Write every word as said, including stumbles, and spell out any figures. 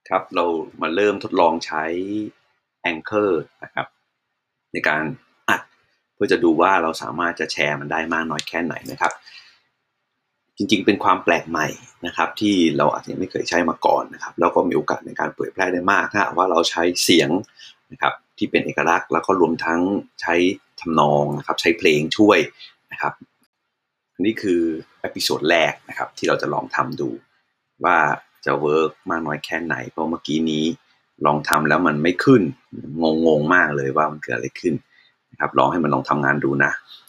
ครับเรามาเริ่มทดลองใช้ Anchor นะครับในการอัดเพื่อจะดูว่าเราสามารถจะแชร์มันได้มากน้อยแค่ไหนนะครับจริงๆเป็นความแปลกใหม่นะครับที่เราอาจจะไม่เคยใช้มาก่อนนะครับแล้วก็มีโอกาสในการเผยแพร่ได้มากถ้าว่าเราใช้เสียงนะครับที่เป็นเอกลักษณ์แล้วก็รวมทั้งใช้ทำนองนะครับใช้เพลงช่วยนะครับอันนี้คือเอพิโซดแรกนะครับที่เราจะลองทำดูว่าจะเวิร์กมากน้อยแค่ไหนเพราะเมื่อกี้นี้ลองทำแล้วมันไม่ขึ้นงงๆมากเลยว่ามันเกิดอะไรขึ้นนะครับลองให้มันลองทำงานดูนะ